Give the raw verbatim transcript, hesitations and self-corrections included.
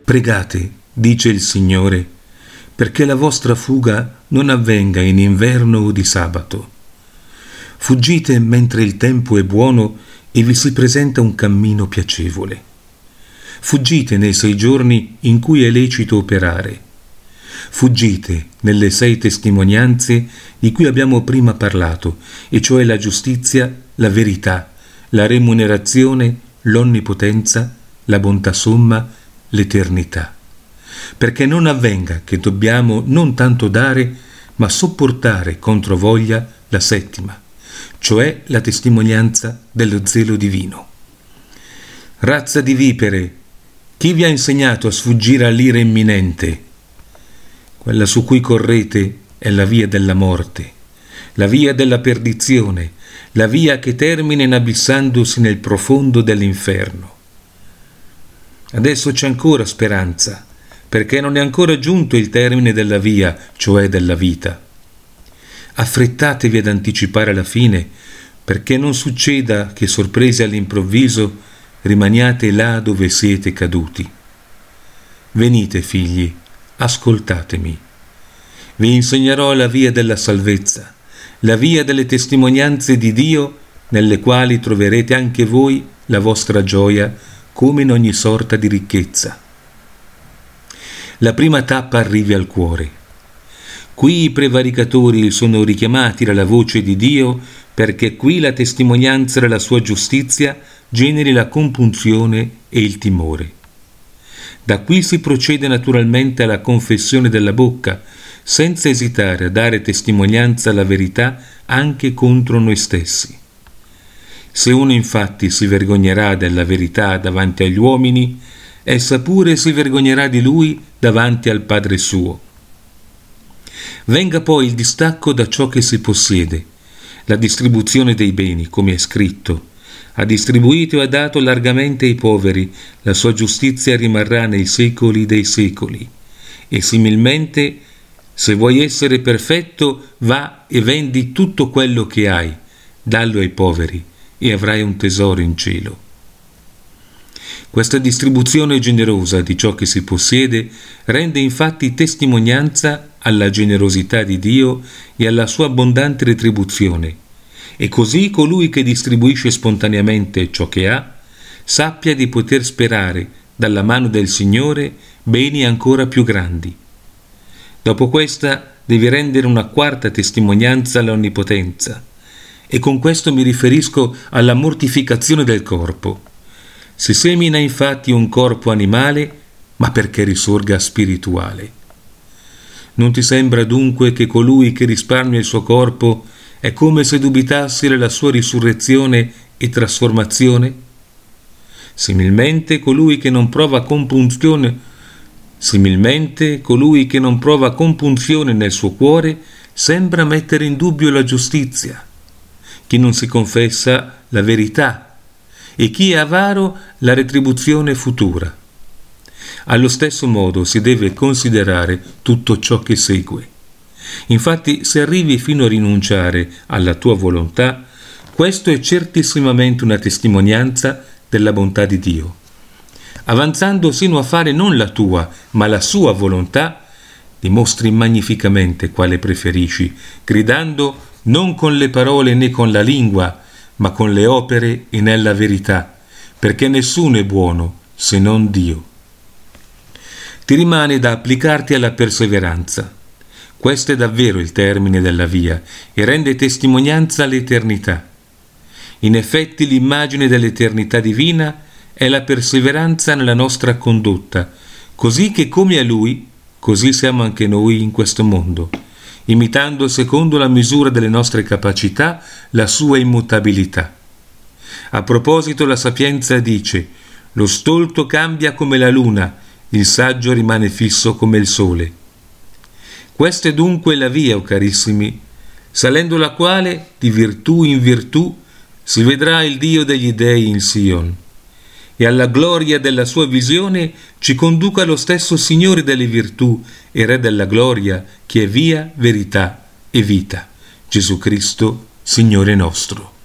Pregate, dice il Signore, perché la vostra fuga non avvenga in inverno o di sabato. Fuggite mentre il tempo è buono e vi si presenta un cammino piacevole. Fuggite nei sei giorni in cui è lecito operare. Fuggite nelle sei testimonianze di cui abbiamo prima parlato, e cioè la giustizia, la verità, la remunerazione, l'onnipotenza, la bontà somma, l'eternità. Perché non avvenga che dobbiamo non tanto dare, ma sopportare contro voglia la settima, cioè la testimonianza dello zelo divino. Razza di vipere, chi vi ha insegnato a sfuggire all'ira imminente? Quella su cui correte è la via della morte, la via della perdizione, la via che termina inabissandosi nel profondo dell'inferno. Adesso c'è ancora speranza, perché non è ancora giunto il termine della via, cioè della vita. Affrettatevi ad anticipare la fine, perché non succeda che, sorpresi all'improvviso, rimaniate là dove siete caduti. Venite, figli, ascoltatemi. Vi insegnerò la via della salvezza, la via delle testimonianze di Dio, nelle quali troverete anche voi la vostra gioia, come in ogni sorta di ricchezza. La prima tappa arrivi al cuore. Qui i prevaricatori sono richiamati dalla voce di Dio, perché qui la testimonianza della sua giustizia generi la compunzione e il timore. Da qui si procede naturalmente alla confessione della bocca, senza esitare a dare testimonianza alla verità anche contro noi stessi. Se uno infatti si vergognerà della verità davanti agli uomini, essa pure si vergognerà di lui davanti al Padre suo. Venga poi il distacco da ciò che si possiede, la distribuzione dei beni, come è scritto: ha distribuito e ha dato largamente ai poveri, la sua giustizia rimarrà nei secoli dei secoli. E similmente, se vuoi essere perfetto, va e vendi tutto quello che hai, dallo ai poveri, e avrai un tesoro in cielo. Questa distribuzione generosa di ciò che si possiede rende infatti testimonianza alla generosità di Dio e alla sua abbondante retribuzione, e così colui che distribuisce spontaneamente ciò che ha sappia di poter sperare dalla mano del Signore beni ancora più grandi. Dopo questa devi rendere una quarta testimonianza all'onnipotenza, e con questo mi riferisco alla mortificazione del corpo. Si semina infatti un corpo animale, ma perché risorga spirituale. Non ti sembra dunque che colui che risparmia il suo corpo è come se dubitasse della sua risurrezione e trasformazione? Similmente colui che non prova compunzione, similmente colui che non prova compunzione nel suo cuore sembra mettere in dubbio la giustizia. Chi non si confessa la verità, e chi è avaro la retribuzione futura. Allo stesso modo si deve considerare tutto ciò che segue. Infatti, se arrivi fino a rinunciare alla tua volontà, questo è certissimamente una testimonianza della bontà di Dio. Avanzando sino a fare non la tua, ma la sua volontà, dimostri magnificamente quale preferisci, gridando non con le parole né con la lingua, ma con le opere e nella verità, perché nessuno è buono se non Dio. Ti rimane da applicarti alla perseveranza. Questo è davvero il termine della via e rende testimonianza all'eternità. In effetti l'immagine dell'eternità divina è la perseveranza nella nostra condotta, così che come a Lui, così siamo anche noi in questo mondo, imitando secondo la misura delle nostre capacità la sua immutabilità. A proposito, la sapienza dice: lo stolto cambia come la luna, il saggio rimane fisso come il sole. Questa è dunque la via, o carissimi, salendo la quale, di virtù in virtù, si vedrà il Dio degli dei in Sion, e alla gloria della sua visione ci conduca lo stesso Signore delle virtù e Re della gloria, che è via, verità e vita, Gesù Cristo, Signore nostro.